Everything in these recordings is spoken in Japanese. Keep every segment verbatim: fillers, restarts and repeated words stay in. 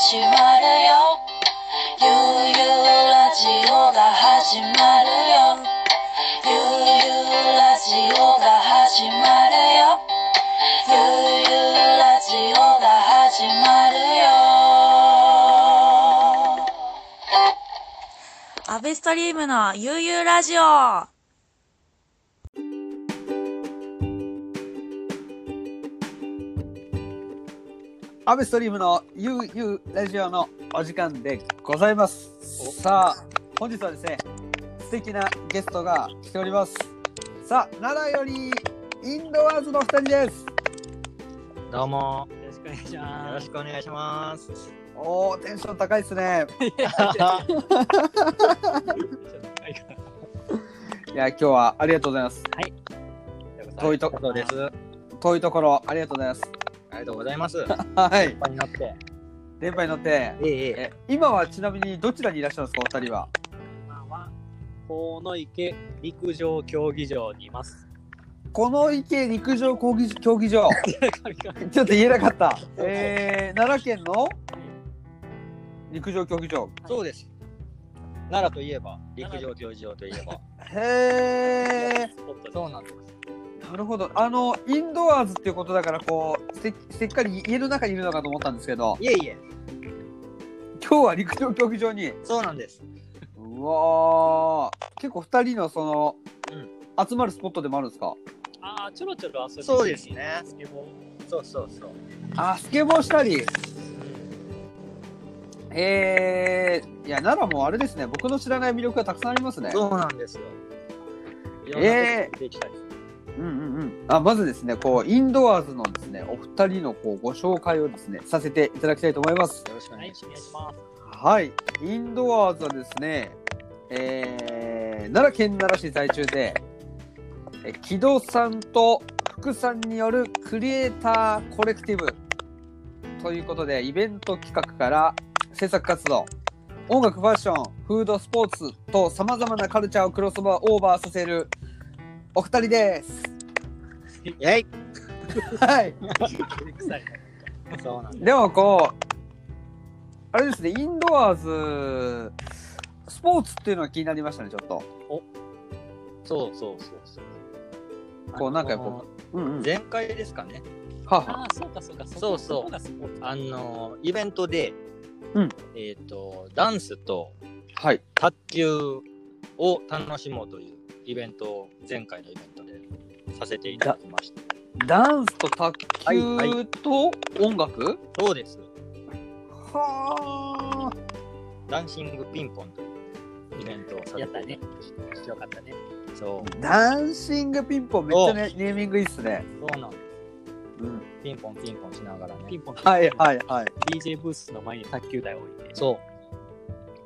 始まるよ。ゆうゆうラジオが始まるよ。ゆうゆうラジオが始まるよ。ゆうゆうラジオが始まるよ。アベストリームのゆうゆうラジオ。 アベストリームのゆうゆうラジオのお時間でございます。さあ本日はですね、素敵なゲストが来ております。さあ奈良よりインドアーズのふたりです。 どうもよろしくお願いします。 よろしくお願いします。 おーテンション高いですね。いや今日はありがとうございます。 はい。 遠いとそうです。 遠いところありがとうございます。 ありがとうございます。 はい。 場になって。 電波に乗って、 えええ今はちなみにどちらにいらっしゃるんですか、お二人は。 今は鴻池陸上競技場にいます。 鴻池陸上競技競技場。ちょっと言えなかった。えー、奈良県の陸上競技場。 そうです。奈良といえば陸上競技場といえば。 へー。 そうなんです。 なるほど。あのインドアーズっていうことだからこう せ, せっかり家の中にいるのかと思ったんですけど、 いえいえ。 今日は陸上競技場に。 そうなんです。 うわー。結構二人のその、 うん、 集まるスポットでもあるんですか。 ああ、ちょろちょろ遊びに。 そうですね。 スケボー。 そうそうそう。 あ、スケボーしたり。 うん、 えー、いや奈良もあれですね、僕の知らない魅力がたくさんありますね。 そうなんですよ。 えー、 できたり。 うんうんうん。あ、まずですね、こうインドアーズのですね、お二人のこうご紹介をですねさせていただきたいと思います。 よろしくお願いします。 はい、 はい、インドアーズはですね、えー、奈良県奈良市在住で、え木戸さんと福さんによるクリエイターコレクティブということで、イベント企画から制作活動、音楽、ファッション、フード、スポーツとさまざまなカルチャーをクロスオーバーさせるお二人です。 イェイ。 はい。 そうなんです。 でもこうあれですね、インドアーズスポーツっていうのは気になりましたね、ちょっと。 お、そうそうそうそう。 こうなんかやっぱ、うんうん、 前回ですかね。 ははああ、そうかそうか。 そうそう。 こがスポーツ。 あのイベントで、 うん、 えっ、ー、とダンスとはい卓球を楽しもうというイベントを前回のイベントでさせていただきました。 ダンスと卓球と音楽、はいはい、 そうです。 はあ。 ダンシングピンポンというイベントをさせていただきました。やったね。よかったね。そう。 ダンシングピンポンめっちゃ、ね、ネーミングいいっすね。 そうなんです。 うん、 ピンポンピンポンしながらね。 ピンポン。 はいはいはい。 ディージェー ブースの前に卓球台を置いて。 そう。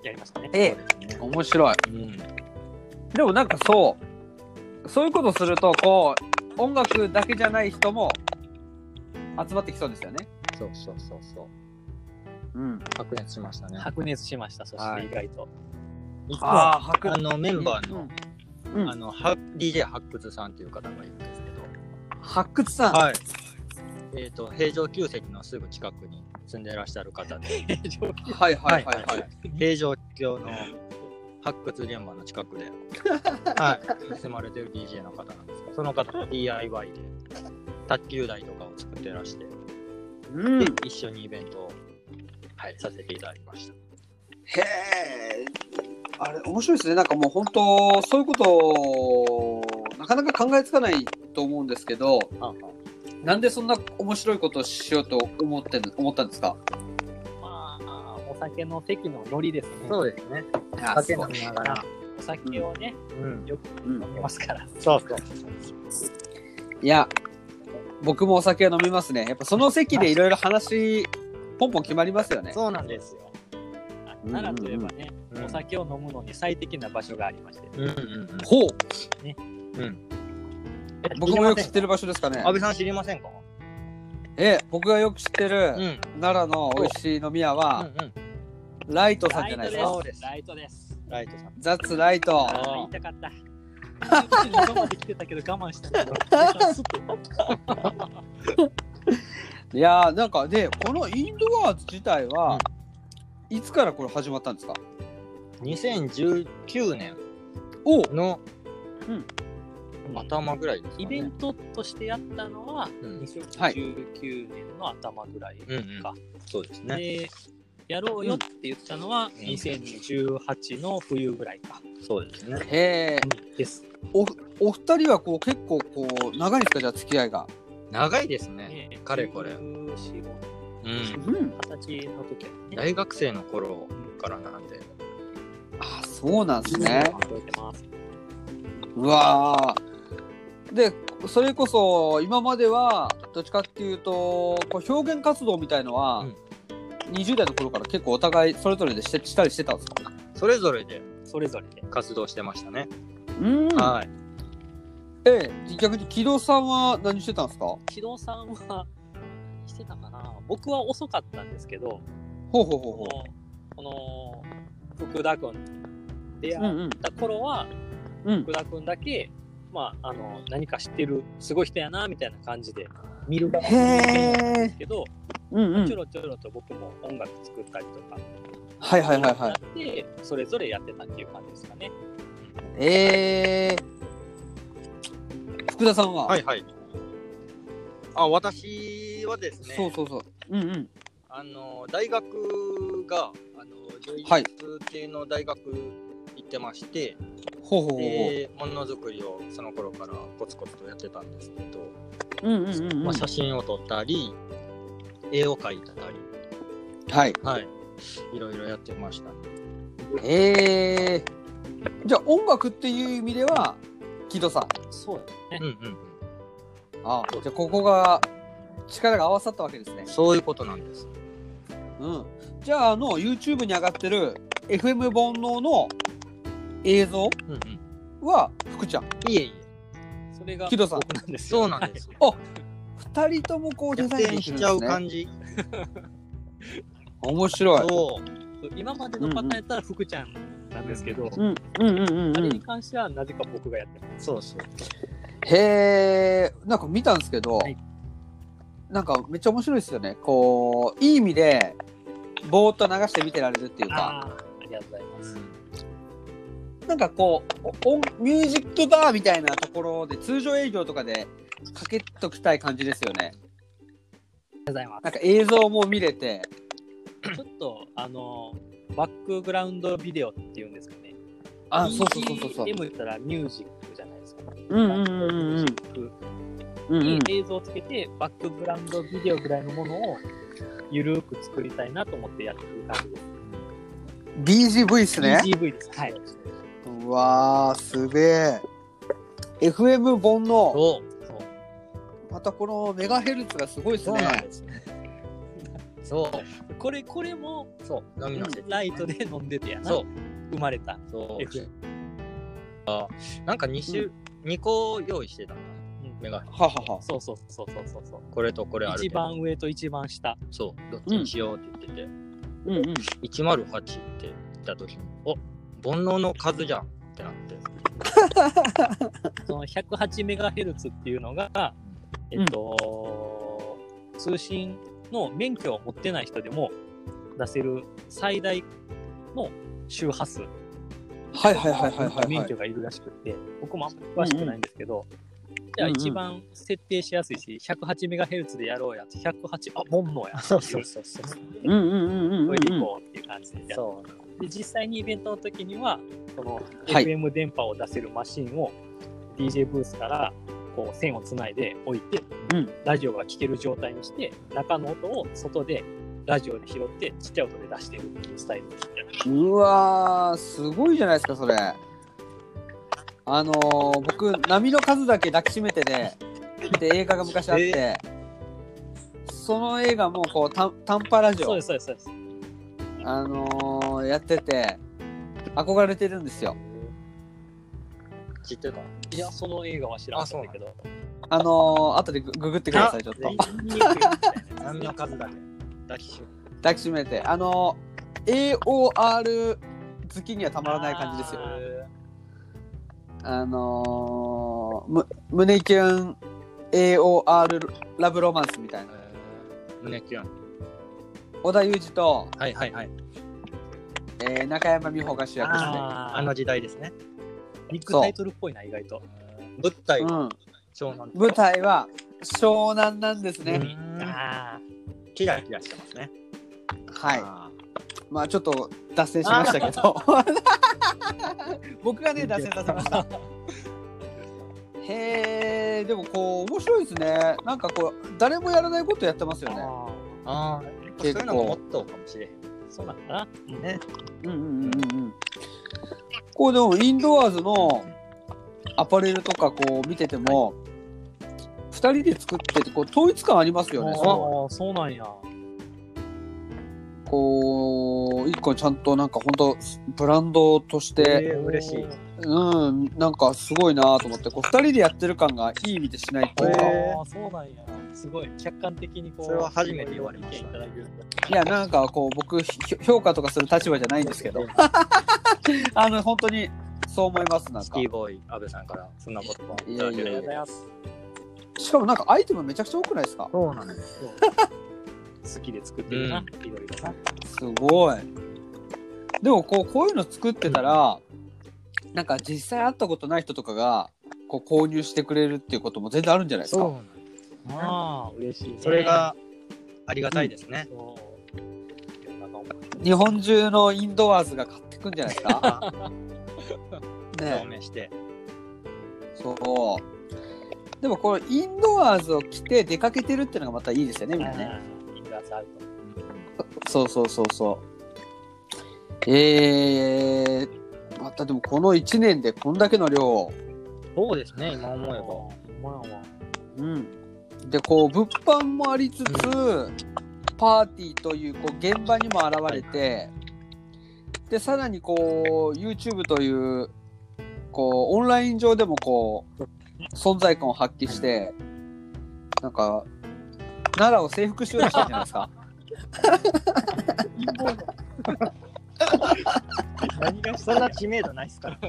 やりましたね。 ええ、ね、面白い。 うん。 でもなんかそうそういうことするとこう音楽だけじゃない人も集まってきそうですよね。 そうそうそうそう。うん。白熱しましたね。 白熱しました。そして意外と。 はい、ああ、あのメンバーの、 うんうん、 あのは ディージェー 発掘さんっていう方がいるんですけど。 発掘さん。 はい。えっ、ー、と平城宮跡のすぐ近くに住んでいらっしゃる方で。 はいはいはいはい。 平城京の発掘現場の近くで、はい、住まれてる ディージェー の方なんですけど、その方 ディーアイワイ で卓球台とかを作ってらして、うん、で一緒にイベントを、はい、させていただきました。 へえ、あれ面白いですね。なんかもう本当そういうことなかなか考えつかないと思うんですけど、ああ、なんでそんな面白いことをしようと思って思ったんですか。 まあお酒の席のノリですね。 そうですね。 お酒飲みながらお酒をね、うん、よく飲みますから、うん、 そうそう。 いや僕もお酒を飲みますね。やっぱその席でいろいろ話ポンポン決まりますよね。 そうなんですよ。 奈良といえばね、うん、お酒を飲むのに最適な場所がありまして、うんうんうん、 ほう、 ね、 うん、僕もよく知ってる場所ですかね。 安倍さん知りませんか。 え僕がよく知ってる、うん、奈良の美味しい飲み屋は、うんうん、ライトさんじゃないですか。 そうです。ライトです。 ライトさん。 ザッツライト。 言いたかった。喉まで来てたけど我慢したけど。 いやーなんかでこのインドアーズ自体は、 いつからこれ始まったんですか？ にせんじゅうきゅうねんおのうん頭ぐらいですかね。 イベントとしてやったのは、 うんにせんじゅうきゅうねんの頭ぐらいか。 うんうんそうですね。 で、やろうよって言ったのは、 うんにせんじゅうはちの冬ぐらいか。 そうですね。 へえ。 です。 おお二人はこう結構こう長いんですか？じゃあ付き合いが。 長いですね。 ねかれこれ。 じゅうよん、ごうん。 うん。 二十歳の時はね。 大学生の頃からなんで。 あ、そうなんですね。 覚えてます。 うわー。で、それこそ今まではどっちかっていうとこう表現活動みたいのは、 うんにじゅう代の頃から結構お互いそれぞれでしてしたりしてたんですか？ それぞれでそれぞれで。 活動してましたね。 うん。 はい。 ええ、逆に木戸さんは何してたんですか？ 木戸さんは何してたかな。僕は遅かったんですけど、 ほうほうほうほこのこの福田君出う。うんうん会った頃は、 うん。 福田君だけ、まあ、あの何か知ってるすごい人やなみたいな感じで見る側にいたんですけど、 うんうんちょ。ろちょろと僕も音楽作ったりとかはいはいはいはやい。 ってそれぞれやってたっていう感じですかね。 ええー。福田さんは。 はいはい。あ、私はですね。 そうそうそう。うんうん。 あの大学があの芸はい術系の大学行ってまして、 ほうほうほうほう。 でものづくりをその頃からコツコツとやってたんですけど、 うんうんうんうん。 まあ、写真を撮ったり絵を描いたり、 はい。 はい、いろいろやってましたね。 ええー。じゃあ音楽っていう意味では木戸さん。 そうだね。 うんうん、 ああ、じゃあここが力が合わさったわけですね。 そういうことなんです。 うん。じゃああの YouTube に上がってる エフエム 煩悩の映像うんうん、 は福ちゃん。 いえいえ、 それが木戸さん僕なんですよ。 そうなんです。 あ、二人ともこうデザイン逆転しちゃできるんですね。 う感じ。 面白い。 そう今までのパターンやったら福ちゃんなんですけど、 うんうんうんうんあれにうん。 関してはなぜか僕がやってます。 そうそう。 へえ、なんか見たんですけど、 はいなんかめっちゃ面白いですよね。こういい意味でぼーっと流して見てられるっていうか、 ああ、ありがとうございます。 なんかこうお音ミュージックバーみたいなところで通常営業とかでかけときたい感じですよね。 ありがとうございます。 なんか映像も見れて、 ちょっとあのバックグラウンドビデオっていうんですかね。 あ、そうそうそうそうそう。 ビージーエム 言ったらミュージックじゃないですか。 うんうんうんうんうんミュージックうんうんに映像をつけて、バックグラウンドビデオぐらいのものをゆるく作りたいなと思ってやってる感じです。 ビージーブイ ですね。 ビージーブイ です。はい。 うわー、すげえ。エフエム 煩悩。 そうそう。 またこのメガヘルツがすごいですそうなんね。 ですね。そうこれ、これもそう飲みのせライトで飲んでてやな。 そう生まれた。 そうエフエムなんかに種、二個用意してたんだうんメガははは。 そうそうそうそうそうそう。 これとこれあるけど一番上と一番下。 そうどっちにしようって言ってて、 うんうん。 いちまるはちって言った時にお煩悩の数じゃんってなってその ひゃくはちメガヘルツ っていうのが、えっと、通信の免許を持ってない人でも出せる最大の周波数。 はいはいはいはいはい、はい免許。がいるらしくて、僕もあんまり詳しくないんですけど、じゃあ一番設定しやすいし、ひゃくはちメガヘルツ でやろうやってひゃくはち、あ、煩悩や。 そうそうそうそううんうんうんうんこれでいこうっていう感じでやって、 そうで実際にイベントの時には、そのはいエフエム 電波を出せるマシンを ディージェー ブースからこう線をつないで置いて、 うんラジオが聴ける状態にして、中の音を外でラジオで拾ってちっちゃい音で出してるっていうスタイルでやってます。 うわー、すごいじゃないですか、それ。あのー、僕、波の数だけ抱きしめてで、で映画が昔あって、その映画もこう短短波ラジオそうです、そうです、そうです。 あのー、やってて憧れてるんですよ。 知ってたいや、その映画は知らなかったけど。 あのー、後でグググってください、ちょっと言いにくいみたいな。 波の数だけ抱きしめ抱きしめて、あのー、エーオーアール 好きにはたまらない感じですよ。あのー、む胸キュン エーオーアール ラブロマンスみたいな。 胸キュン織田裕二とはいはいはいえー、中山美穂が主役ですね。 ああの時代ですね。 ビッグタイトルっぽいな、意外と。 舞台はうん、 湘南。 舞台は湘南なんですね。 うんあキラキラしてますね。 はい。 あまあちょっと脱線しましたけど僕がね脱線させましたへえ。でもこう面白いですね。なんかこう誰もやらないことやってますよね。 ーあー、そういうのももっとかもしれへん。 そうなんだな。 ね。 うんうんうんうんうんこうでもインドアーズのアパレルとかこう見ててもふたりで作っててこう統一感ありますよね。すごいああ、そうなんや。 こう一個ちゃんとなんか本当ブランドとして、 えー嬉しい。 うんなんかすごいなと思ってこうふたりでやってる感がいい意味でしないっていうか、 へああ、そうなんや。すごい客観的にこう。 それは初めて言われました意見いただけるんだ。 いやなんかこう僕ひ評価とかする立場じゃないんですけどあの本当にそう思います。なんかシティボーイ安部さんからそんなことをいただけいやいやありがとうるございます。 しかもなんかアイテムめちゃくちゃ多くないですか。 そうなんです。 そう好きで作ってるな、 うんいろいろな。 すごい。でもこうこういうの作ってたら、なんか実際会ったことない人とかがこう購入してくれるっていうことも全然あるんじゃないですか。 そうなんです。 ああ、嬉しいね。 それがありがたいですね。 そう。世の中を日本中のインドアーズが買ってくんじゃないですか。 証ね、 明して。 そう。でもこのインドアーズを着て出かけてるっていうのがまたいいですよねみんなね。 あーインドアーズアウト。 そうそうそうそう。えー、またでもこのいちねんでこんだけの量、 そうですね、今思えば。 ほんまやわ。 うん。でこう物販もありつつ、パーティーというこう現場にも現れて、でさらにこう YouTube というこうオンライン上でもこう存在感を発揮して、なんか奈良を征服しようとしたんじゃないですか。 何がそんな知名度ないっすから。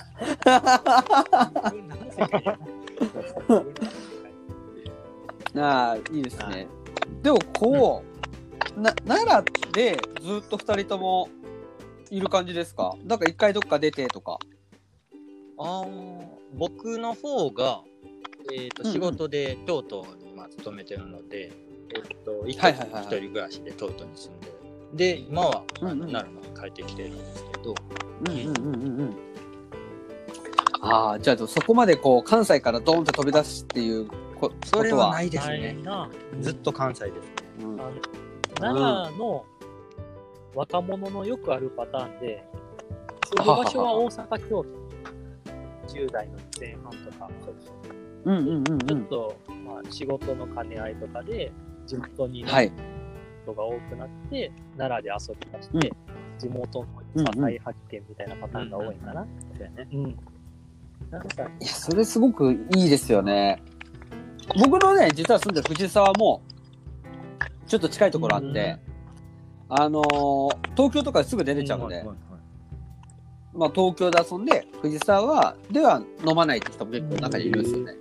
なあいいですね。でもこう、な奈良でずっとふたりともいる感じですか。なんか一回どっか出てとか。 あー僕の方が、えー、とうんうん仕事で京都に今勤めてるので、えー、と一はいはいはいはい人暮らしで京都に住んで、で今は、あのうんうん奈良の方に帰ってきてるんですけど、 うんうんうんうんうん。ああじゃあそこまでこう関西からドーンと飛び出すっていうこそれことははないですないね。 な。 ずっと関西ですね。 うんあの奈良の若者のよくあるパターンで、住む場所は大阪、京都、じゅう代の前半とか、 うんうんうんうん。 ちょっと、まあ、仕事の兼ね合いとかで、地元にはい。 人が多くなって、奈良で遊び出して、地元の再発見みたいなパターンが多いかな。 そうやね。 うん。なんか、 いやそれすごくいいですよね。僕のね実は住んでる藤沢もちょっと近いところあって、あのー東京とかですぐ出れちゃうんで、 はいはいはいまあ東京で遊んで藤沢では飲まないって人も結構中にいるんですよね。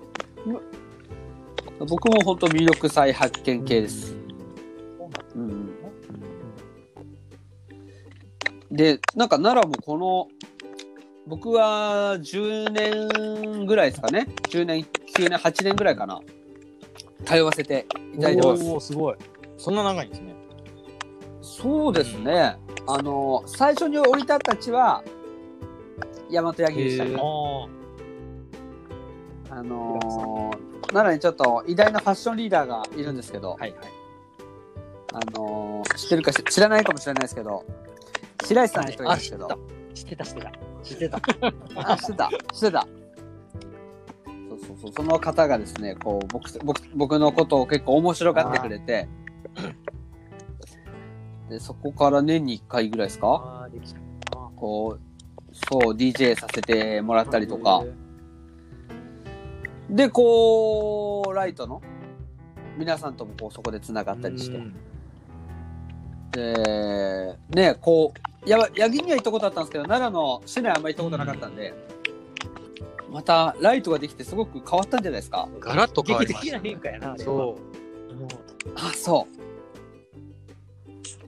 僕も本当魅力再発見系です。 そうなんうんうん、でなんか奈良もこの僕はじゅうねんぐらいですかね、じゅうねんきゅうねんはちねんぐらいかな通わせていただいてます。 おー、すごい。 そんな長いんですね。 そうですね、あの最初に降り立った地は大和八木でしたね。 へーああのー、奈良にちょっと偉大なファッションリーダーがいるんですけど、 はいはい。 あのー、知ってるか知らないかもしれないですけど、白石さんって人がいるんですけど、 あ知ってた、知ってた。 知ってた。 あ、してた、してた。そうそうそう、その方がですね、こう僕僕僕のことを結構面白がってくれて、でそこから年にいっかいぐらいですか、 ああ、できたな。 こうそう ディージェー させてもらったりとか、でこうライトの皆さんともこうそこでつながったりして、でねこうや八木には行ったことあったんですけど奈良の市内あんまり行ったことなかったんで、またライトができてすごく変わったんじゃないですか。 ガラッと変わりました劇的な変化やな、あれは。 そあそう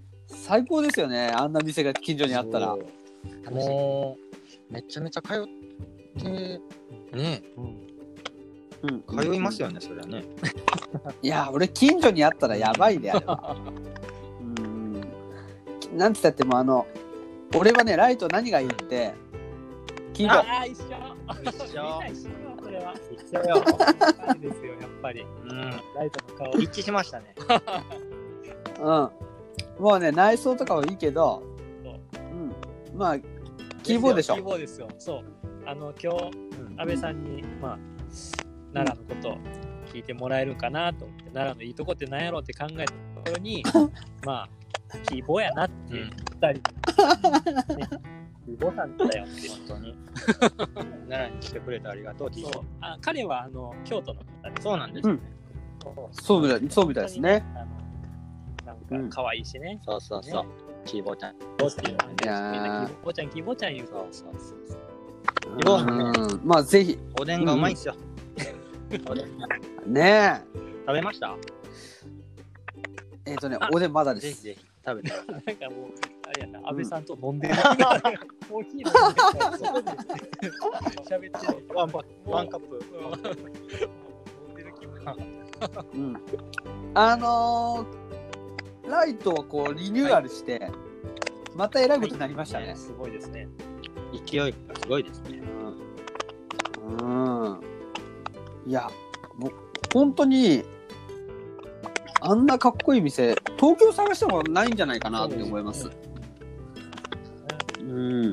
最高ですよね。あんな店が近所にあったら。 そうもうめちゃめちゃ通ってね、 うん、 通いますよね、それはね。 いや俺近所にあったらやばいであれは。うんなんて言ったってもあの俺はねライト何がいいって近所。 ああ一緒。 一緒。 みんな一緒よそれは。 一緒よ。 そうですよやっぱり。 うん。 ライトの顔。 一致しましたね。 うん。もうね内装とかはいいけど、うん、まあキーボーでしょ。 キーボーですよ。そう。あの今日安倍さんにまあ奈良のことを聞いてもらえるかなと思って、奈良のいいとこって何やろうって考えたところにまあキーボーやなって言ったり、うんね、キーボーさんだよって本当に奈良に来てくれてありがとう。キーボー。 あ彼はあの京都の方で。 そうなんですね。 うん、そうみたいそうみたいですね。 あのなんか可愛いしね。 そうそうそう。キーボーちゃん。 ボーちゃん、みんいやなキーボーちゃんキーボーちゃん言う。 そうそうそうそう。 キーボーね。まあぜひおでんがうまいんすよ。おでんねえ。 食べました？ えっとねおでんまだです。 ぜひぜひ食べて。 なんかもうあれやな、安倍さんと飲んでるコーヒー飲んでるからそこで喋ってるワンパワンカップ。 飲んでる気分。 うん。あのー、ライトをこうリニューアルして、はい、またえらいことになりましたね。はい、 すごいですね。 勢いがすごいですね。 うん。うん、いや、もう本当にあんなかっこいい店、東京探してもないんじゃないかなって思います。うん。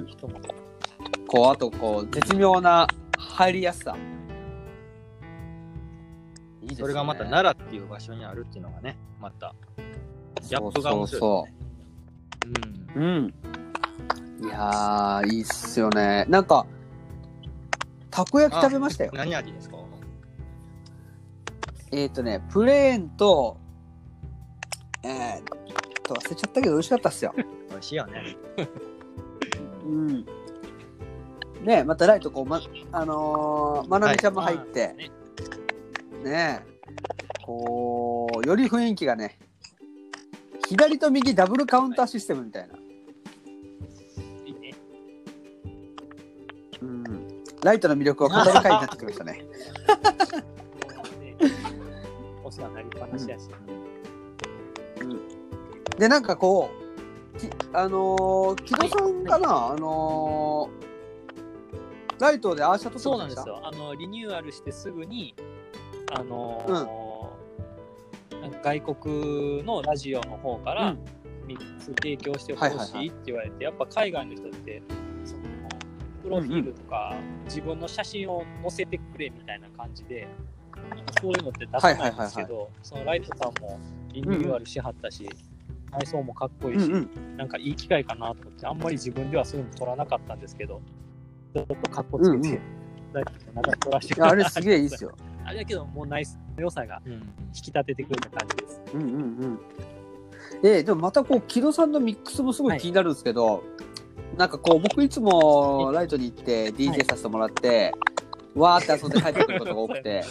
こうあとこう絶妙な入りやすさ。いいですね、 それがまた奈良っていう場所にあるっていうのがね、またギャップが面白いですね。そうそうそう。うん。うん。いやーいいっすよね。なんかたこ焼き食べましたよ。何味ですか？えっ、ー、とねプレーンとえー、っと忘れちゃったけど美味しかったっすよ。美味しいよね。うん。ねまたライトこうまあのー、まなみちゃんも入って、はい、ねこうより雰囲気がね左と右ダブルカウンターシステムみたいな。いいね。うん。ライトの魅力を語る回になってきましたね。 お世話になりっぱなしやし。 うんうん、でなんかこうきあのー、木戸さんかな、はいはい、あのー、ライトでアーシャ撮ってました。 そうなんですよ。あのリニューアルしてすぐにあのーうん、外国のラジオの方からミックス提供してほしいって言われて、はいはいはい、やっぱ海外の人ってそのプロフィールとか、うんうん、自分の写真を載せてくれみたいな感じでそういうのって出さないんですけど、はいはいはいはい、そのライトさんもリニューアルしはったし、うん、内装もかっこいいし、うんうん、なんかいい機会かなと思ってあんまり自分ではそういうの撮らなかったんですけどちょっとかっこつけて、うんうん、ライトさんなんか撮らせてくれた。 あれすげえいいっすよ。 あれだけどもうナイスの良さが引き立ててくれた感じです。 うんうんうん。えー、でもまたこう木戸さんのミックスもすごい気になるんですけど、はい、なんかこう僕いつもライトに行って ディージェー させてもらって、はい、わーって遊んで帰ってくることが多くて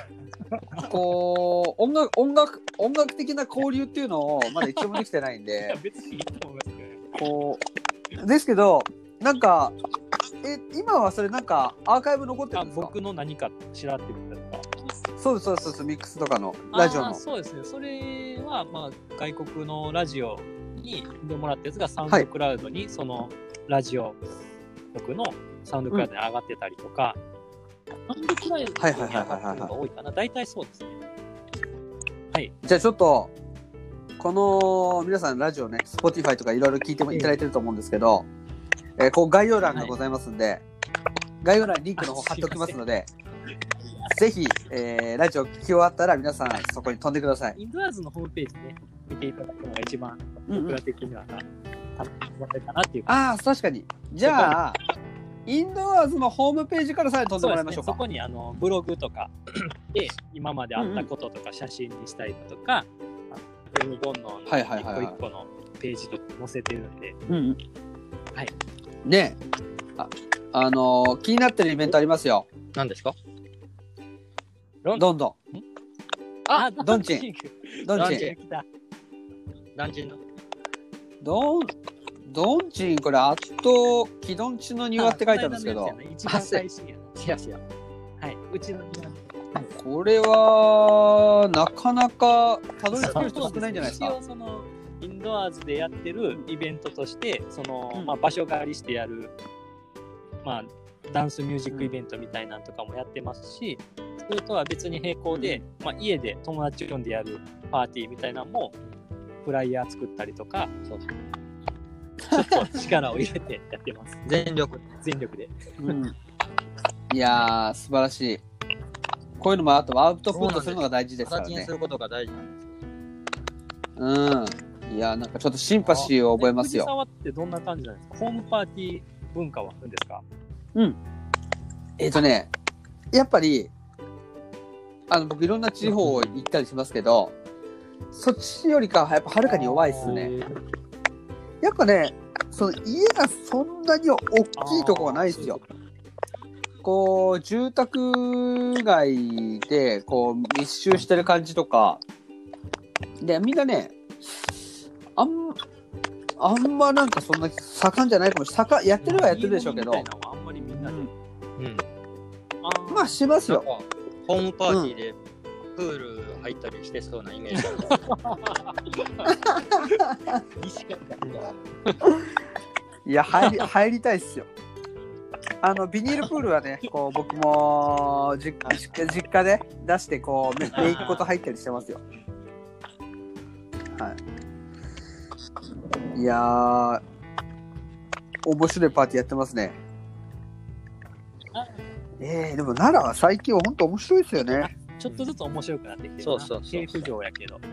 こう音楽音楽音楽的な交流っていうのをまだ一度もできてないんで別にいいと思いますね。 こうですけどなんかえ今はそれなんかアーカイブ残ってるんですか？ 僕の何か調べてるんですか？ そうですそうですそうです。ミックスとかのラジオの。 そうですね。それはまあ外国のラジオにでもらったやつがサウンドクラウドにそのラジオ局のサウンドクラウドに上がってたりとか、サウンドクラウドに上がってるのが多いかな。大体そうですね。はい。 じゃあちょっとこの皆さんラジオね Spotify とかいろいろ聞いてもいただいてると思うんですけど、えー、こう概要欄がございますんで、はい、概要欄にリンクの方貼っておきますので。ぜひ、えー、ラジオ聞き終わったら皆さんそこに飛んでください。 インドアーズのホームページね見ていただくのが一番僕ら的には楽しいかなっていう、うんうん、 ああ確かに。じゃあインドアーズのホームページからさえ飛んでもらいましょうか。 そ, う、ね、そこにあのブログとかで今まであったこととか写真にしたりとか、うんうん、ゴンの一個一個のページと載せてるんで、 うんうん、 はいねえ あ, あのー、気になってるイベントありますよ。 何ですか？ どんどんあ、 ドンチンドンチンダンチンのどん、どんちん、これ、あっと、きどんちの庭って書いてあるんですけど、 あこの間のやつやな一番最新やな。 しやしや。 はい。うちの庭の。 これは、なかなかたどり着ける人少ないんじゃないです一か。 応そのインドアーズでやってるイベントとしてその、 うんまあ、場所借りしてやる、まあ、ダンスミュージックイベントみたいなのとかもやってますし、それとは別に並行で、まあ、家で友達を呼んでやるパーティーみたいなのもフライヤー作ったりとか、 そうそう。 ちょっと力を入れてやってます全力。 全力で。 うん、いやー、素晴らしい。こういうのもあとアウトプットするのが大事ですからね形にす。ることが大事なんです。 うん。いやー、なんかちょっとシンパシーを覚えます藤よ。 沢ってどんな感じなんですか？ホームパーティー文化はあるんですか？ えっ、ー、とね、やっぱり、あの、僕いろんな地方行ったりしますけど、そっちよりかはやっぱはるかに弱いですね。やっぱね、その家がそんなに大きいとこがないですよ。こう、住宅街で、こう、密集してる感じとか、で、みんなね、あん、あんまなんかそんな盛んじゃないかもしれない。盛ん、やってるはやってるでしょうけど、 みたいなのはあんまりみんなで。 うんうん。 あーまあしますなんかよ。 ホームパーティーでプール入ったりしてそうなイメージある。 西海岸いや、入り、入りたいっすよ。あの、ビニールプールはね、こう、僕も実実実家で出して、こう、めめいっ子と入ったりしてますよ。はい。いやー、面白いパーティーやってますね。えー、でも奈良は最近は本当面白いですよね。 ちょっとずつ面白くなってきてるな。 そうそうそう系譜上やけど。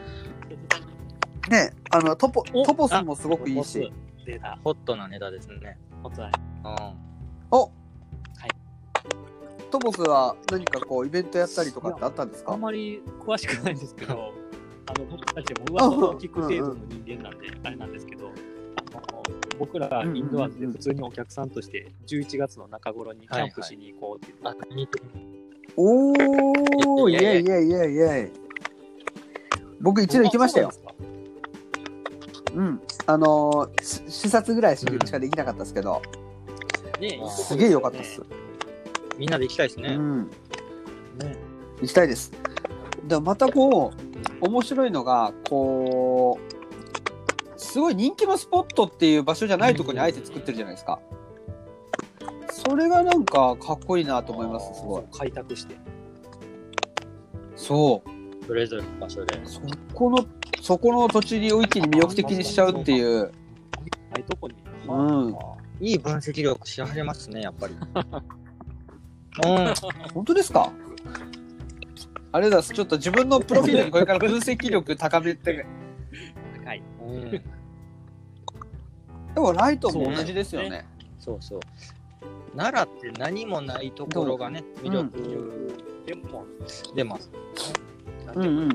ね、あの、トポ、 おトポスもすごくいいし。 出た。 ホットなネタですね。 ホットライうん。 お、 はい。 トポスは何かこう、イベントやったりとかってあったんですか？ ンあんまり詳しくないんですけど、あの僕たちも噂を聞く程度の人間なんで、あれなんですけど、あの僕らインドアーズで普通にお客さんとしてじゅういちがつの中頃にキャンプしに行こうって言って、 あ、似てる。 おー、イいやいやェイイェイイェイイェイ。僕一度行きましたよ。うん。あのー、し視察ぐらいしかできなかったですけど、 ねあーすげえ良かったです。 みんなで行きたいですね。 うん。 ね。 行きたいです。でもまたこう、面白いのが、こう、すごい人気のスポットっていう場所じゃないところにあえて作ってるじゃないですか。それがなんかかっこいいなと思います、すごい。 開拓して。 そう。 それぞれの場所で。 そこの、そこの土地に一気に魅力的にしちゃうっていう。 ないとこに。 うん。 いい分析力し始めますね、やっぱり。うん。 本当ですか？あれだ、ちょっと自分のプロフィールにこれから分析力高めて。 高い。 うん。 でもライトも同じですよそうね。 そうそう。奈良って何もないところがね、魅力でも、 出ます。 うんうん。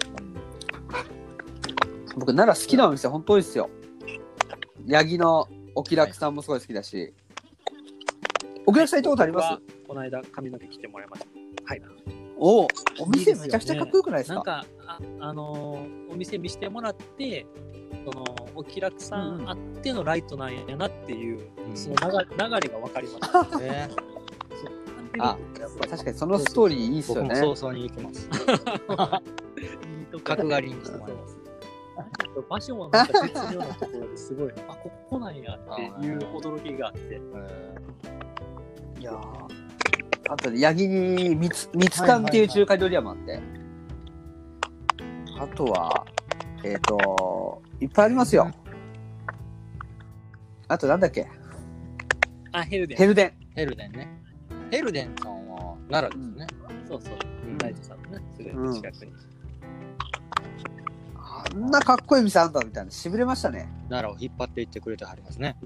僕、奈良好きなお店、本当多いですよ。ヤギのお気楽さんもすごい好きだし。お気楽さん行ったことあります？ 僕はこの間髪の毛切ってもらいました。はい。 おお、おいいですよね店めちゃくちゃかっこよくないですか？ なんか、あ、あのーお店見せてもらって、そのお気楽さんあってのライトなんやなっていう、 うんその流れ流れが分かりました。 ね、 あ、確かにそのストーリーいいっすよね。 僕も早々に行きます。 いいとこ角刈りにしてもらいます。 場所もなんか絶妙なところですごい、あ、ここなんやっていう驚きがあって。 いやーあとで、ヤギにみつ、みつかんっていう中華料理屋もあって。あとは、えっ、と、いっぱいありますよ。あとなんだっけ？ あ、ヘルデン。 ヘルデン。 ヘルデンね。ヘルデンさんは奈良ですね。 そうそう。 うんライトさんのね、すぐ近くに。 あんなかっこいい店あんだみたいな。しびれましたね。 奈良を引っ張っていってくれてはりますね。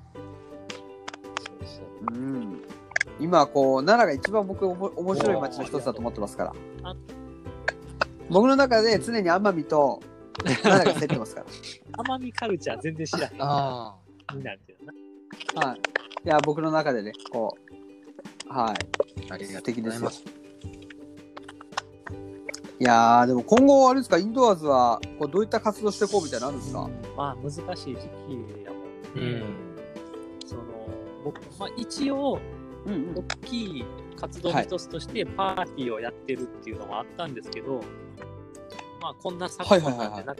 そうそう。 うん。今、こう、奈良が一番僕おも面白い街の一つだと思ってますからあ。 僕の中で常に奄美と奈良が競ってますか奄美カルチャー全然知らない。 あになるけどな。 ら。はい。いや、僕の中でね、こう、はい。 あ、ありが素とう敵ですよございます。。 いやーでも今後あれですか、インドアーズはこうどういった活動していこうみたいなのあるんですか？ まあ難しい時期やもん。 うん。 その僕、まあ、一応うんうん大きい活動の一つとしてパーティーをやってるっていうのもあったんですけど、まあこんな昨今なんてなく、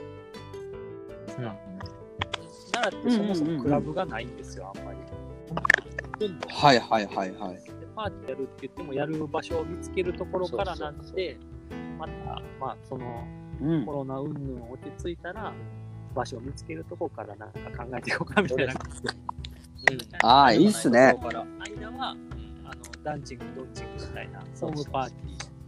奈良ってそもそもクラブがないんですよ、あんまり。 はいはいはいはい。 でパーティーやるって言ってもやる場所を見つけるところからなんで、またまあそのうんコロナ云々落ち着いたら場所を見つけるところからなんか考えていこうかみたいな。 ああいいっすね。 間はあのダンチングドンチングみたいなホームパーテ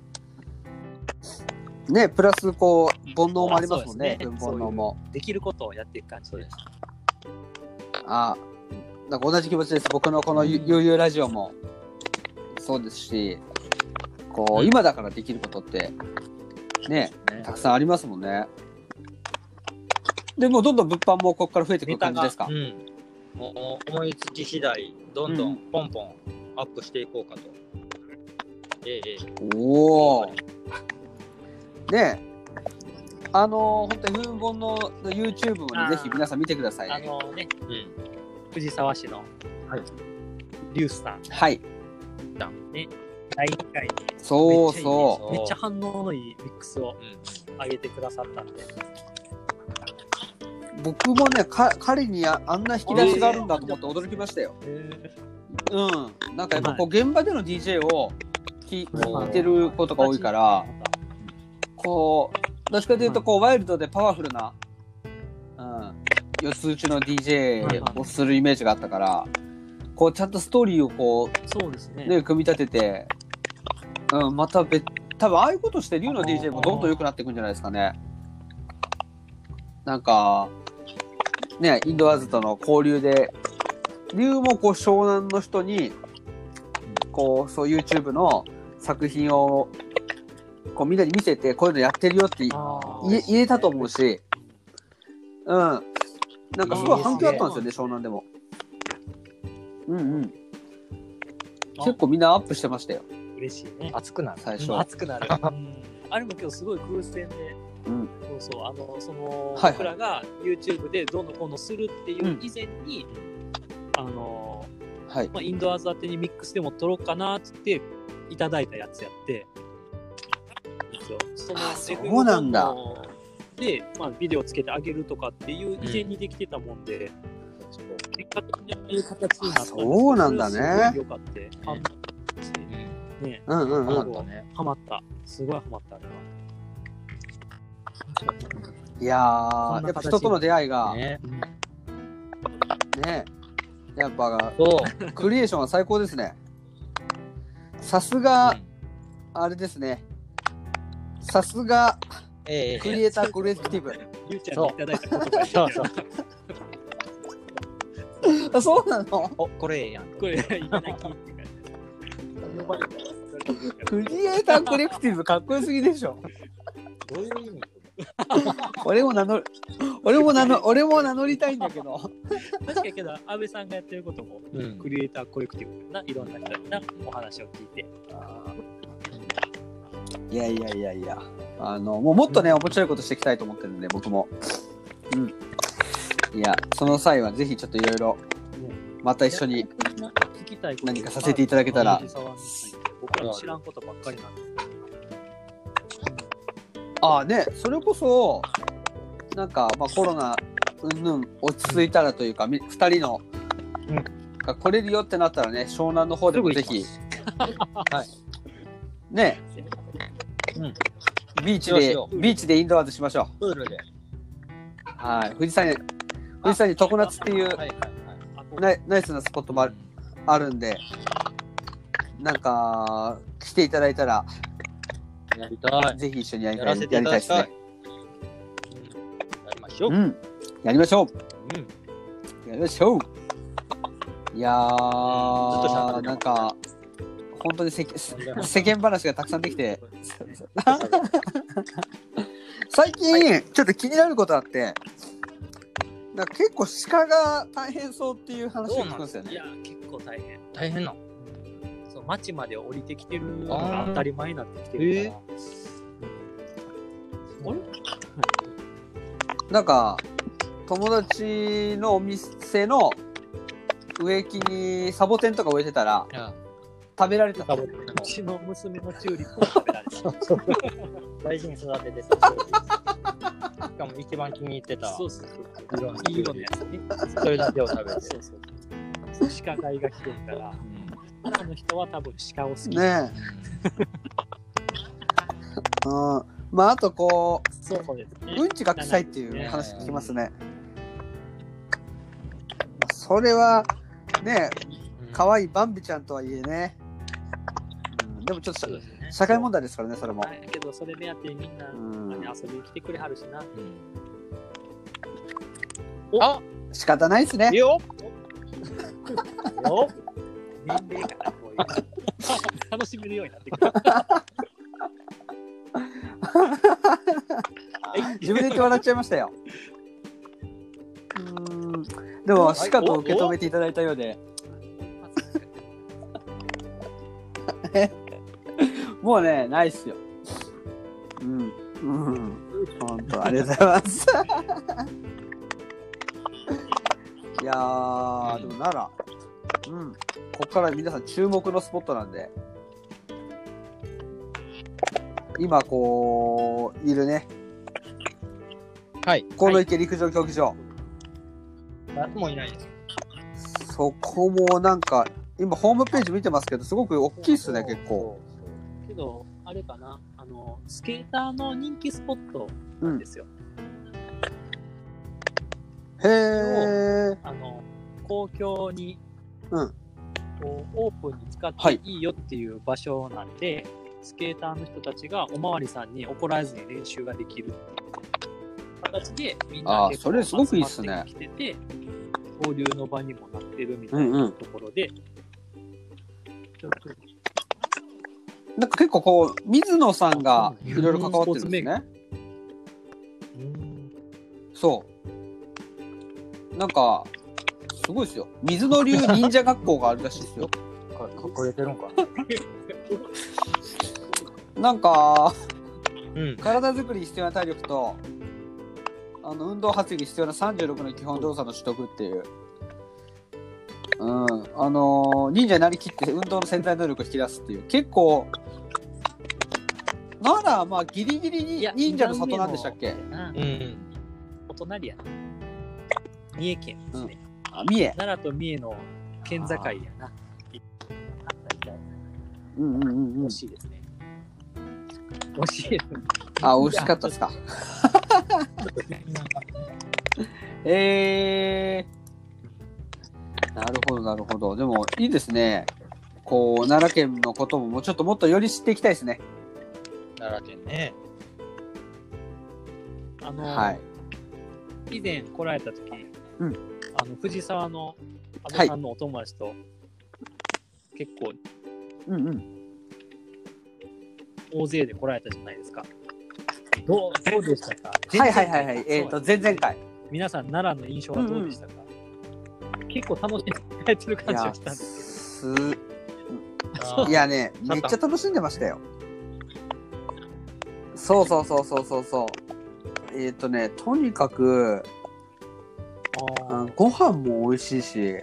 ィーね、プラスこう煩悩もありますもんね。 そうですね煩悩も。 できることをやっていく感じです。 あ、なんか同じ気持ちです。僕のこのゆゆうゆうラジオもそうですし、こう、 うん今だからできることってね、たくさんありますもんね。でもうどんどん物販もここから増えてくる感じですか？ うん。もう思いつき次第どんどんポンポンアップしていこうかと。ええええ。 おお。ねえ。あのー、本当に風本の YouTube もね、ぜひ皆さん見てくださいあね。 のね、 うん。 藤沢市のはいリュウスさんはい。 ね、だいにかいにそうそめっちゃ反応のいいミックスをうん。 上げてくださったんで、 う。僕もね、か彼にああんな引き出しがあるんだと思って驚きましたよ。うん。なんかやっぱこう現場での ディージェー を聞聞いてることが多いから、こうどっちかというとこうワイルドでパワフルな、うん、四つ打ちの ディージェー をするイメージがあったから、こうちゃんとストーリーをこそうですね。 うね組み立てて、うん、また別多分ああいうことしてリュウの ディージェー もどんどん良くなっていくんじゃないですかね。なんかねインドアーズとの交流でリュウもこう湘南の人にこうそう YouTube の作品をこうみんなに見せてこういうのやってるよってあー言え言えたと思うし、うん、なんかすごい反響あったんですよね、湘南でも。うんうん。結構みんなアップしてましたよ、 嬉しいね。 熱くなる。 最初。 うん熱くなる。うんあれも今日すごい空戦で、 うん、 そうそう、あの、その、 はいはい僕らが YouTube でどうのこうのするっていううん以前に、あの、 はい。 まあ、インドアーズ宛てにミックスでも撮ろうかなっつっていただいたやつやって、そのあそうなんだエフエム ボンドで、まあ、ビデオつけてあげるとかっていう以前にできてたもんで、結果的にああいう形になったんですけど、 あそうなんだねそれすごい良かった。ハマったしね、 うんうんうん。 ハマったね。 ハマった。すごいハマったあれは。 いやー、やっぱ人との出会いがね、 ね。 やっぱそう。 クリエーションは最高ですね。さすが、あれですね。さすがええクリエイターコレクティブ。 ゆうちゃんにいただいた言葉そうそう。 あ、そうなの？ お、これええやん。 これいただきって感じです。呼ばれたらクリエイターコレクティブかっこよすぎでしょ。 どういう意味？ 俺も名乗る、俺も名乗、俺も名乗りたいんだけど。 確かにけど、安倍さんがやってることも、 うんクリエイターコレクティブないろんな人になお話を聞いて。 いやいやいやいや、あのもうもっとね、面白いことしていきたいと思ってるんで、僕も。うん。いや、その際はぜひちょっといろいろまた一緒に聞きたいこと何かさせていただけたら。 僕らも知らんことばっかりなんで。 ああね、それこそなんかまあコロナうんぬん落ち着いたらというか、み二人のが来れるよってなったらね、湘南の方でもぜひはい。 ね、 うん。 ビーチでしようしよビーチでインドアーズしましょプールで。 う。はい、富士山に富士山に常夏っていうはいはいはい。 ナイナイスなスポットもあるあるんで、なんか来ていただいたらやりたい。 ぜひ一緒にやりたいやらせていやりたいですね。 ただきたい。やりましょう。 うん、やりましょうん。 う。やりましょう。いやずっとしゃべってますー、なんか本当に世間世間話がたくさんできて、最近ちょっと気になることあって、なんか結構鹿が大変そうっていう話を聞くんですよね。 いや、結構大変。 大変な。 そう町まで降りてきてるのが当たり前になってきてるから。 なんか友達のお店の植木にサボテンとか植えてたら食べられた。 うちの娘のチューリップを食べられた。 大事に育ててた。しかも一番気に入ってた。 そうそうそう。いい色のやつね。 それだけを食べて。 そうそうそう。鹿飼いが来てるから、奈良の人は多分鹿を好き。 ねえ。うん。まああとこう、 そうですね。 うんちが臭いっていう話聞きますね。それはね、可愛いバンビちゃんとはいえね。うん、でもちょっと、ね、社会問題ですからね、それも。 だけどそれ目当てにみんな、うん、遊びに来てくれはるしな。 うん、あ、 仕方ないですね。 いいよ。 よ。年齢からこういう楽しめるようになってくる。 自分で言って笑っちゃいましたよ。うーん、でもしかと受け止めていただいたようで、もうね、ないっすよ。うん、うん、本当ありがとうございます。いやー、でもなら、うん、ここから皆さん注目のスポットなんで、今こういるね。 はい。 河野池陸上競技場。 誰もいないです。 そこもなんか今ホームページ見てますけどすごく大きいっすね、結構。 けどあれかな、あのスケーターの人気スポットなんですよ。 うん、へえ。 あの公共に、 うん、 こうオープンに使っていいよっていう場所なんで、はい、スケーターの人たちがおまわりさんに怒られずに練習ができるっていう形でみんな結構集まってきてて、交流の場にもなってるみたいなところで、うんうん、ちょっとなんか結構こう水野さんがいろいろ関わってるんですね。 うん、 そうなんかすごいですよ。水野流忍者学校があるらしいですよ。 隠れてるんかなんか、 うん、 体作りに必要な体力とあの運動発育に必要なさんじゅうろくの基本動作の取得っていう、うん、あの忍者になりきって運動の潜在能力を引き出すっていう、結構ならまあギリギリに忍者の里なんでしたっけ？ うん、お隣やな。三重県ですね。 うん、あ、三重。 奈良と三重の県境やな。 うんうんうんうん。 惜しいですね。惜しいですね。 あ、惜しかったですか。えー、なるほどなるほど。でもいいですね。こう奈良県のことももうちょっともっとより知っていきたいですね。 奈良県ね。 あの、 はい、 以前来られた時、 うん、 あの藤沢の安倍さんのお友達と、はい、結構、 うんうん、 大勢で来られたじゃないですか。どうどうでしたか？ はいはいはいはい。えっ、ー、と前々回。 皆さん奈良の印象はどうでしたか？うんうん、結構楽しんで帰ってる感じがしたんですけど。 いやね、めっちゃ楽しんでましたよ。そうそうそうそうそうそう。えっ、ー、とね、とにかくあご飯も美味しいし、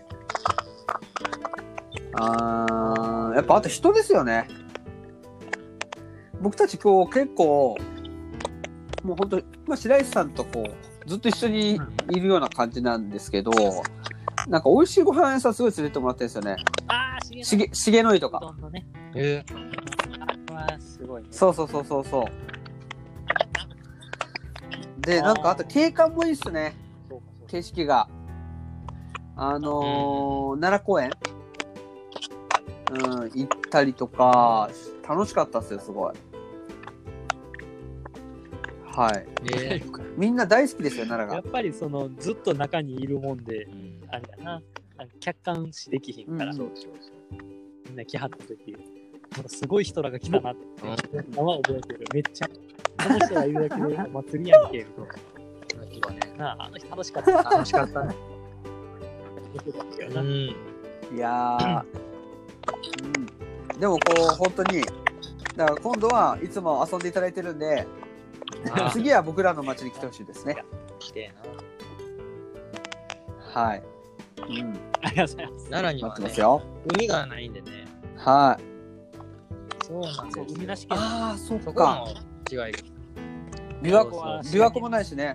あやっぱあと人ですよね。僕たち今日結構もう本当、まあ、白石さんとこうずっと一緒にいるような感じなんですけど、なんか美味しいご飯屋さんすごい連れてもらってるんですよね。 ああ、 しげしげのいとか。 ね、 えー、あすごいね。 そうそうそうそうそう。で、なんかあと景観もいいっすね。景色が。あのー、奈良公園、うん、行ったりとか、楽しかったっすよ、すごい。はい、 えー、 みんな大好きですよ、奈良が。 やっぱりそのずっと中にいるもんで、うん、あれだな、客観視できひんから、うん、そうそうそう、みんな来はった時、なんかすごい人らが来たなって、名前覚えてる。めっちゃ、あの人がいるだけで祭りやんけ、みたいな。なあ、あの人楽しかった。 楽しかったね。 うん、いやー、うん、でもこう本当にだから今度はいつも遊んでいただいてるんで、 あ次は僕らの町に来てほしいですね。 来てえはい。うん。 ありがとうございます。 な。奈良に待はねってますよ。 海がないんでね。 はい。 そうなんそうですよ。 海なし県。 ああ、そっそこか。 の違いが。 琵琶湖そうそう琵琶湖もないしね。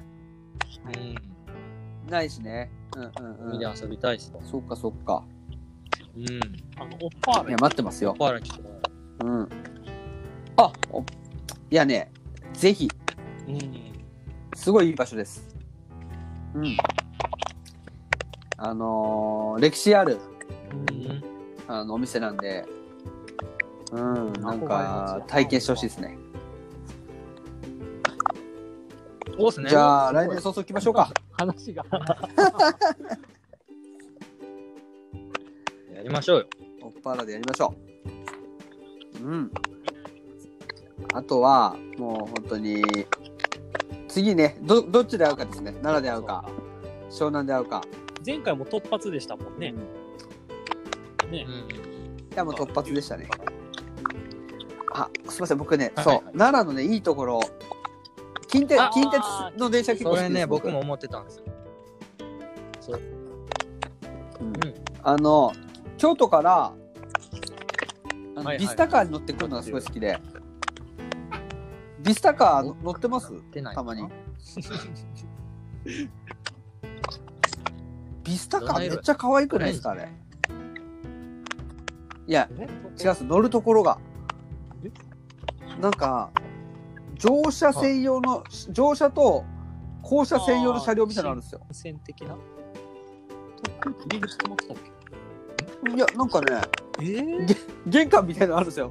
うん。 ないしね。うんうんうん。 海で遊びたいっすと。 そっかそっか。 うん。 あの、オッパーいや、 レ。 待ってますよ。 パーラ来てもうん。あ、おいやね、ぜひ、 うん。 すごいいい場所です。うん。あのー、歴史ある、 うん。 あの、お店なんで、うん、なんか、体験してほしいですね。 そうっすね。 じゃあ、来年早々来ましょうか。 話が。 やりましょうよ。 オッパーラでやりましょう。うん。あとは、もう本当に、次ね、ど、どっちで会うかですね。奈良で会うか、湘南で会うか。 前回も突発でしたもんね。ねう。ん。 いや、もう突発でしたね。あ、すみません、僕ね、 はいそう、 はい奈良のね、いいところ、近鉄あ、 近鉄の電車結構好きです。 それね、僕も思ってたんですよ。そう。 うんうん。 あの、京都から、あのはいはいビスタカーに乗ってくるのがすごい好きで、ビスタカー乗ってます乗ってないたまに。ビスタカーめっちゃ可愛くないですかあれ。いや、 え違うっす、乗るところが。なんか、乗車専用の、乗車と降車専用の車両みたいなのあるんですよ。 線的な。特急入り口止まってたっいや、なんかね、 け。ええ。 玄関みたいなのあるんですよ。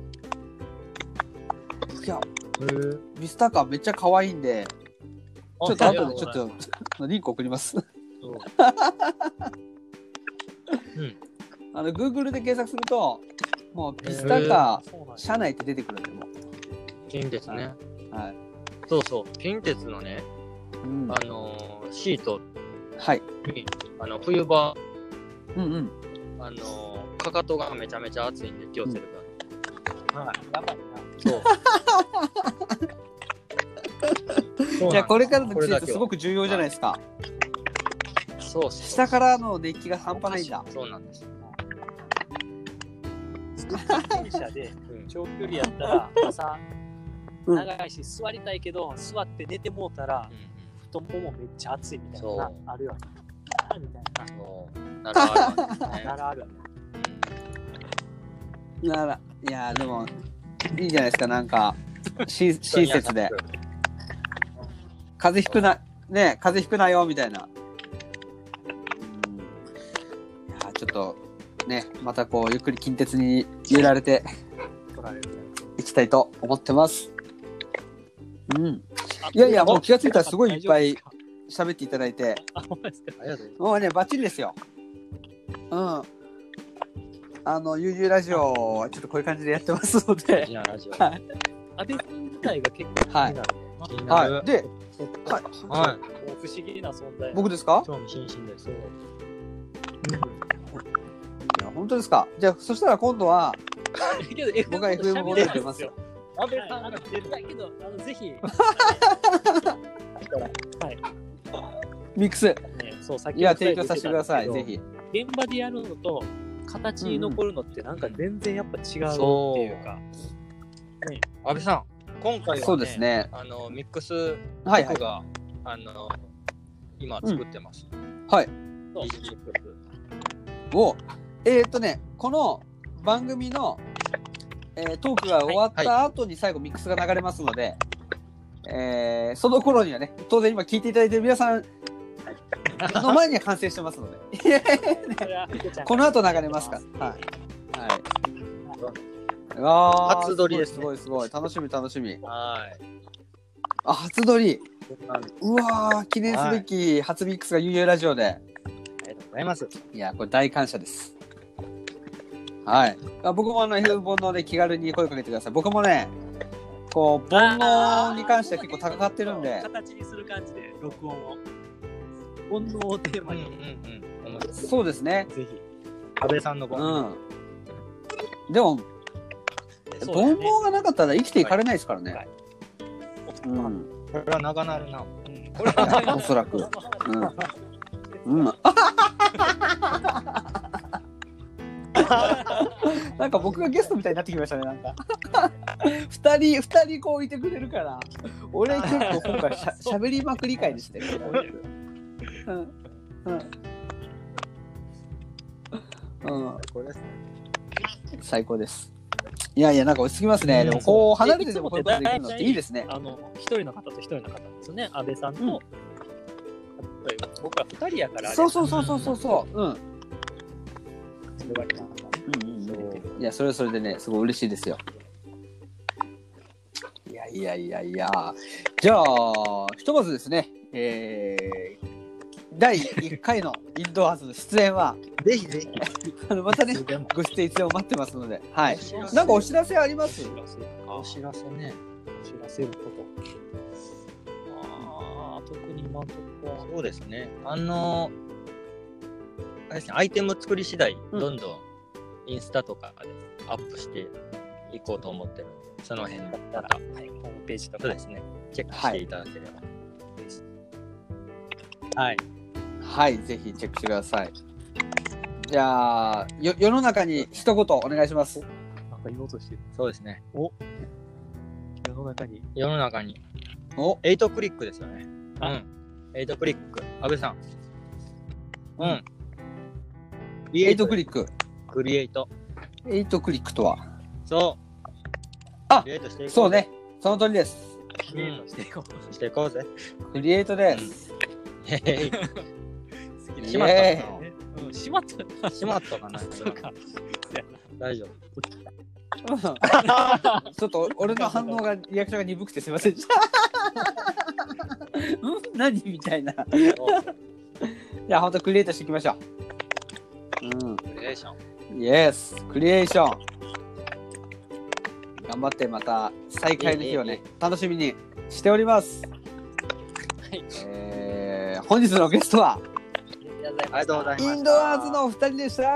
いや、 へービスタカーめっちゃ可愛いんで、ちょっと後でちょっとリンク送ります。 そううん。 あの Google で検索すると、もうビスタカそうなんやー車内って出てくるんで、も近鉄ね。 う。はい。 そうそう。近鉄のね、 うん、 あのーシートはい。 に、あの、冬場、 うんうん。 あのーかかとがめちゃめちゃ熱いんで気をつけてください。 はい。やばいな。 そう。 じゃあこれからの季これだけは節すごく重要じゃないですか。 そうっす下からの熱気が半端ないんだ。 そうなんです。 電車でうん。 長距離やったら朝うん長いし座りたいけど座って寝てもうたら太ももめっちゃ熱いみたいななそうあるよね。あみたいそう。なるほどですな。 ねな。らあるよね。 なら、いやーでも、いいじゃないですか、なんか、し親切で。風邪ひくな、ね、風邪ひくなよ、みたいな。うん。いやーちょっと、ね、またこう、ゆっくり近鉄に入れられて取られるね。 いきたいと思ってます。うん。いやいやもう気がついたらすごいいっぱい喋っていただいて、 あ、ほんまですか。 ありがとうございもうね、バッチリですよ。うん。あの、ゆうゆうラジオはちょっとこういう感じでやってますのます。 で。 じゃあラジオ。 はい。 安倍さん自体が結構気になるね。 気になるはい。で、はい。 はい。 もう不思議な存在。 僕ですか？ 興味津々です。 いや、本当ですか？じゃあ、そしたら今度は、 けど、F 僕は エフエム モデル出ますよ。 安倍さんが出るだけど、あの、ぜひ。はい。 ミックス。 ね、そう、さっきいや、提供させてください、ぜひ。 現場でやるのと、形に残るのって、なんか全然やっぱ違うっていうか。 安倍さん、今回はね、 そうですね。 あのミックスはいはい。 僕が、あの今作ってます。 はい。 そうディージーミックスを、えーっとね、この番組の、えートークが終わった後に最後ミックスが流れますので、えーその頃にはね、当然今聞いていただいている皆さんの前には完成してますので、 それは福ちゃんこの後流れますから。はい。はい。あー初撮りですねすごいすごいすごい。楽しみ楽しみ。 はい。 あ、初撮り。 僕なんですうわー、記念すべき初ミックスがゆうゆうラジオで。 ありがとうございます。 いや、これ大感謝です。はい。あ僕もあの、エフエム 煩悩で気軽に声かけてください。僕もね、こう、煩悩に関しては結構高かってるんで、 形にする感じで録音を。煩悩をテーマに、 うんうんうん。面白いそうですね。 ぜひ。 安倍さんのごうん。でも、 そうだね煩悩がなかったら生きていかれないですからね。 はいうん。 これは長なるな。 うん、これはおそらく。うん。うん。なんか僕がゲストみたいになってきましたね。なんか二人二人こういてくれるから、俺結構今回しゃしゃべりまくり会でしたよ。うんうんうん、 これですね。 最高です。いやいや、なんか落ち着きますね。 うんでもこう離れててもこういうことできるのっていいですね。 あの一人の方と一人の方ですね。安倍さんと、 うん、 僕は二人やからあれ。 そうそうそうそうそうそう。うん。 それはねうんうんうん、いや、それはそれでね、すごい嬉しいですよ。いやいやいやいや。じゃあ、ひとまずですね、えー、だいいっかいのインドアーズの出演は、 ぜひぜひ。 あのまたね、ご出演いつでも待ってますので、はい。なんかお知らせあります？ お知らせね。 お知らせること。ああ、特に今のところは。 そうですね。あのあれですね、アイテム作り次第、 うんどんどんインスタとかでアップしていこうと思ってるので、その辺また、 はい、ホームページとかそうですね、チェックしていただければ。 はい。 はい、ぜひチェックしてください。じゃあ、よ世の中に一言お願いします。 なんか言おうとしてる。 そうですね。 お世の中に。 世の中に、 お、 エイトクリックですよね。うあん。エイトクリック。安倍さん。ううんん。 エイトクリック。 クリエイト。 エイトクリックとは。 そう。 あクリエイトしていこう。 そうね。その通りです。 クリエイトしていこう。 していこうぜ。 クリエイトです。 へへい。 好きしまったかイエな。うん、しまった。 な。しまったかな。 そうか。 大丈夫。 ちょっと俺の反応がリアクションが鈍くてすみませんでした。うん何みたいな。いや本当クリエイトしていきましょう。うん。 クリエーション。 イエスクリエーション。頑張ってまた再会の日をね楽しみにしております。 はい。 えー、本日のゲストはありがとうございました。 インドアーズのお二人でした。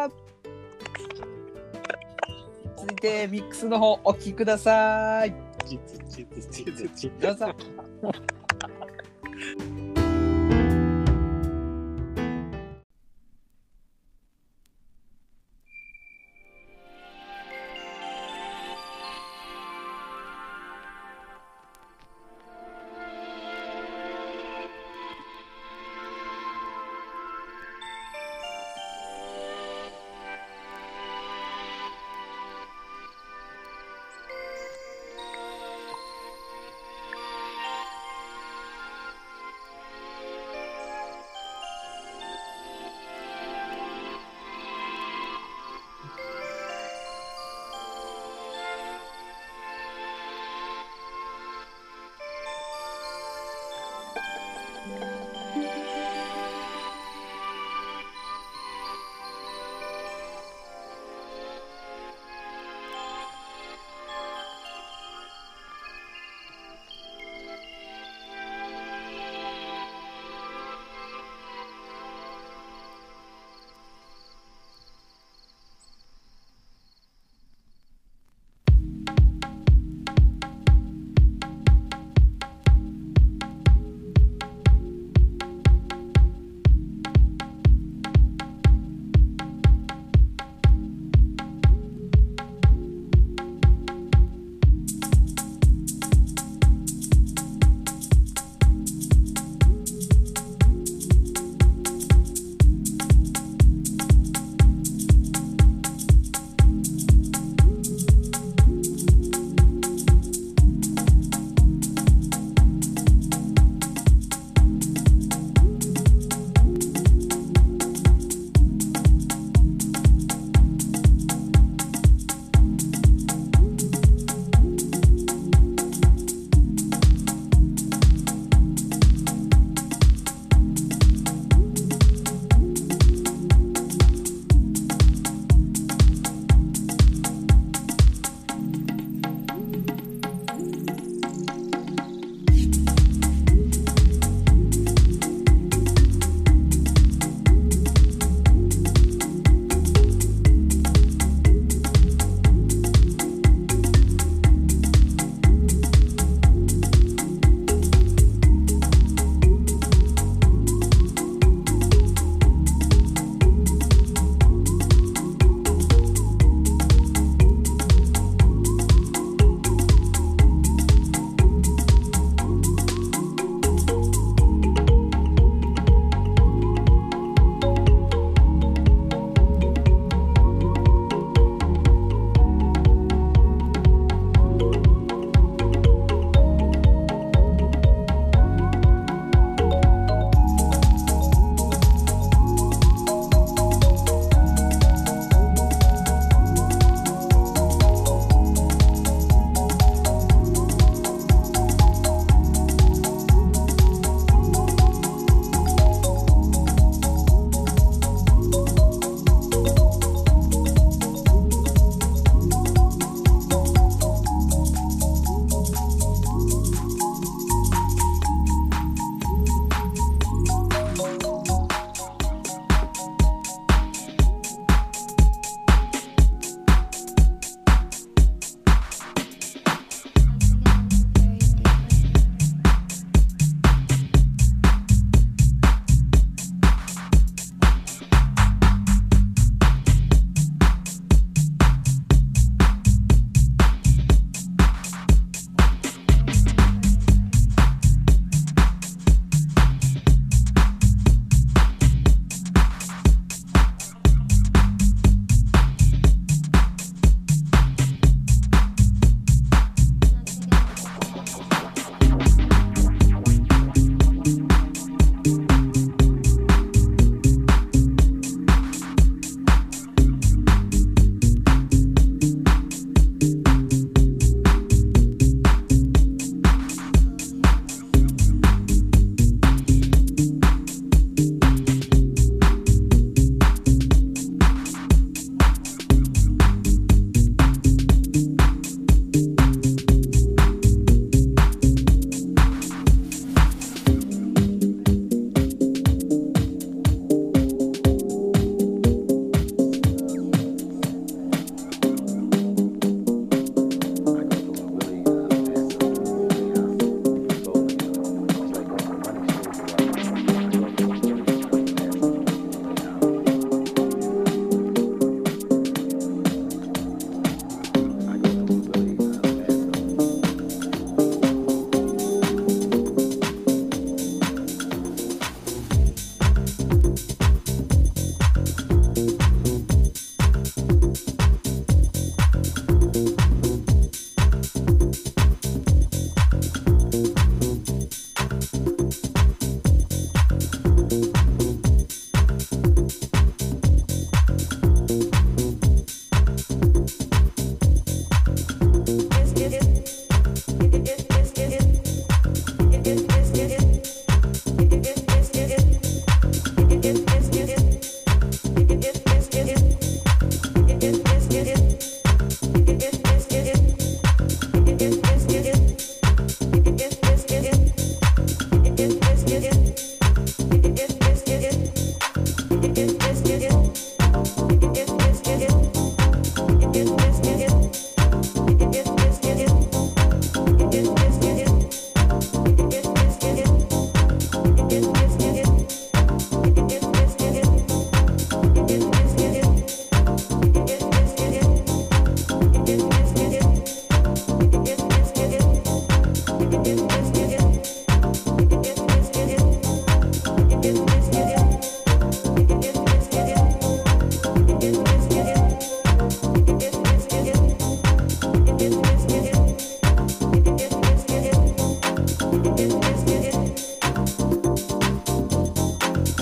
続いてミックスの方お聞きください。 チツチツチツチツどうぞ。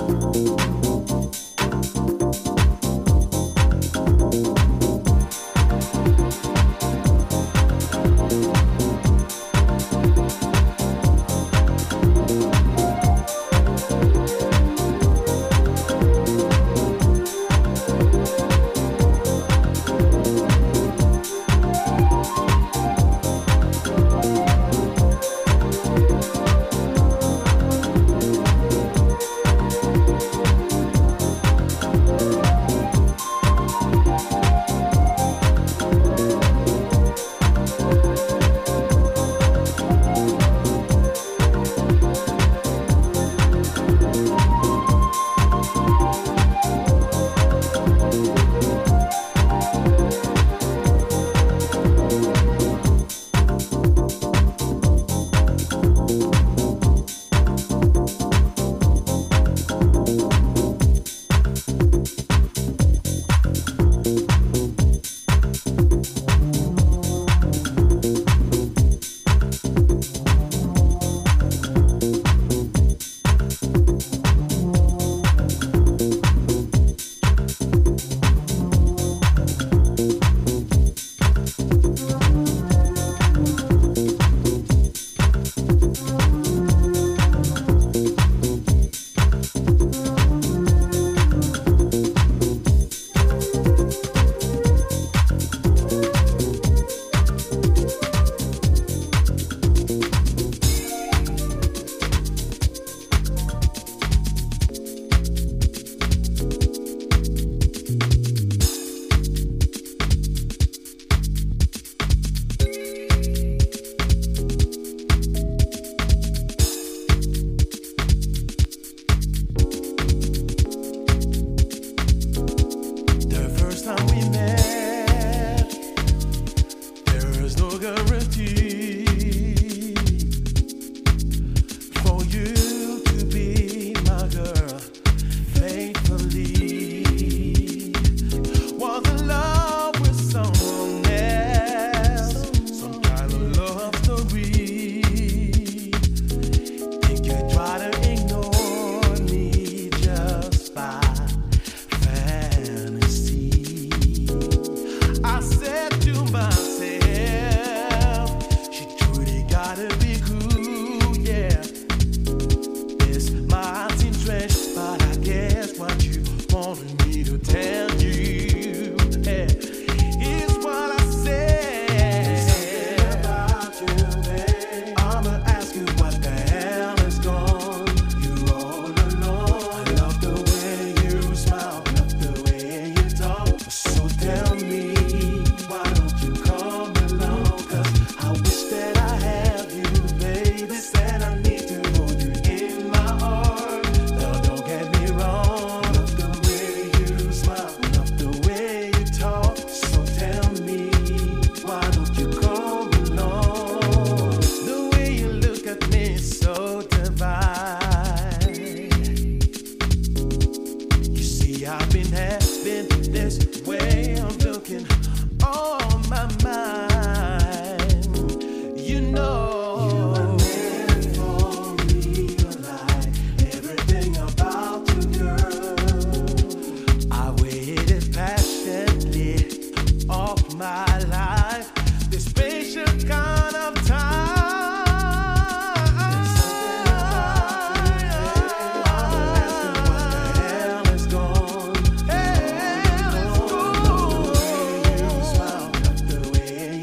way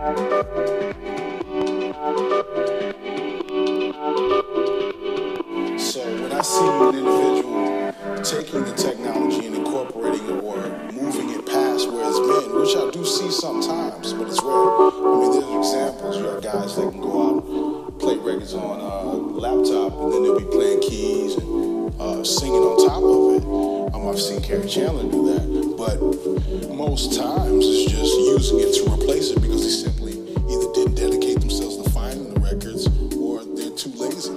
So when I see an individual taking the technology and incorporating it or moving it past where it's been, which I do see sometimes, but it's rare. I mean, there's examples. You have guys that can go out, play records on a laptop, and then they'll be playing keys and uh, singing on top of it. Um, I've seen Kerry Chandler do that, but most times it's just using it to replace it because they simply either didn't dedicate themselves to finding the records or they're too lazy.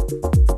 Thank